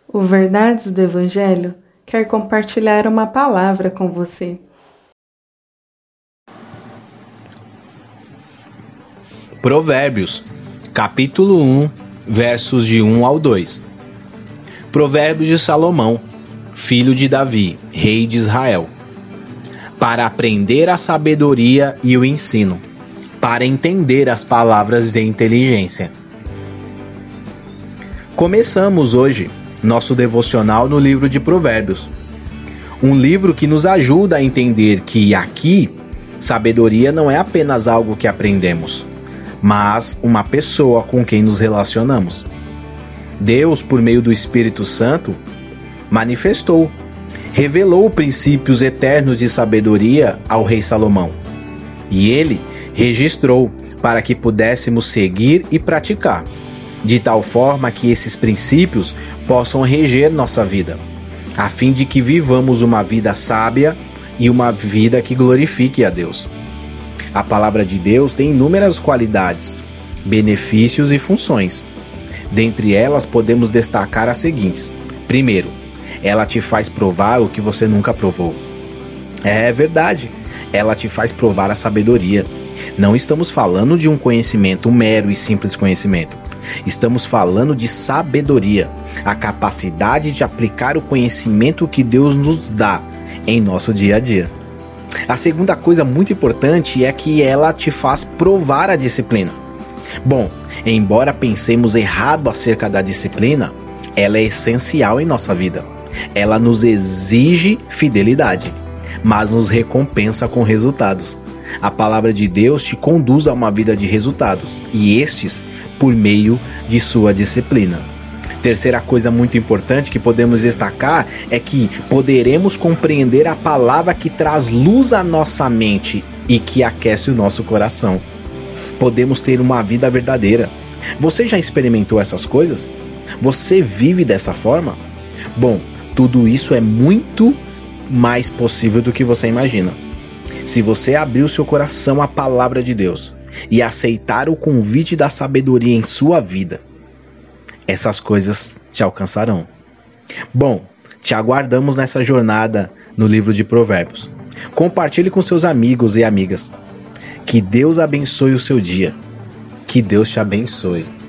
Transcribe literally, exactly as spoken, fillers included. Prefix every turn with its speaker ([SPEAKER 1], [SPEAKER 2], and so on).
[SPEAKER 1] O Verdades do Evangelho quer compartilhar uma palavra com você.
[SPEAKER 2] Provérbios, capítulo um, versos de um ao dois. Provérbios de Salomão, filho de Davi, rei de Israel. Para aprender a sabedoria e o ensino, para entender as palavras de inteligência. Começamos hoje nosso devocional no livro de Provérbios. Um livro que nos ajuda a entender que aqui, sabedoria não é apenas algo que aprendemos, mas uma pessoa com quem nos relacionamos. Deus, por meio do Espírito Santo, manifestou, revelou princípios eternos de sabedoria ao rei Salomão. E ele registrou para que pudéssemos seguir e praticar, de tal forma que esses princípios possam reger nossa vida, a fim de que vivamos uma vida sábia e uma vida que glorifique a Deus. A palavra de Deus tem inúmeras qualidades, benefícios e funções. Dentre elas podemos destacar as seguintes. Primeiro, ela te faz provar o que você nunca provou. É verdade, ela te faz provar a sabedoria. Não estamos falando de um conhecimento, um mero e simples conhecimento. Estamos falando de sabedoria, a capacidade de aplicar o conhecimento que Deus nos dá em nosso dia a dia. A segunda coisa muito importante é que ela te faz provar a disciplina. Bom, embora pensemos errado acerca da disciplina, ela é essencial em nossa vida. Ela nos exige fidelidade, mas nos recompensa com resultados. A palavra de Deus te conduz a uma vida de resultados, e estes por meio de sua disciplina. Terceira coisa muito importante que podemos destacar é que poderemos compreender a palavra que traz luz à nossa mente e que aquece o nosso coração. Podemos ter uma vida verdadeira. Você já experimentou essas coisas? Você vive dessa forma? Bom, tudo isso é muito mais possível do que você imagina. Se você abrir o seu coração à palavra de Deus e aceitar o convite da sabedoria em sua vida, essas coisas te alcançarão. Bom, te aguardamos nessa jornada no livro de Provérbios. Compartilhe com seus amigos e amigas. Que Deus abençoe o seu dia. Que Deus te abençoe.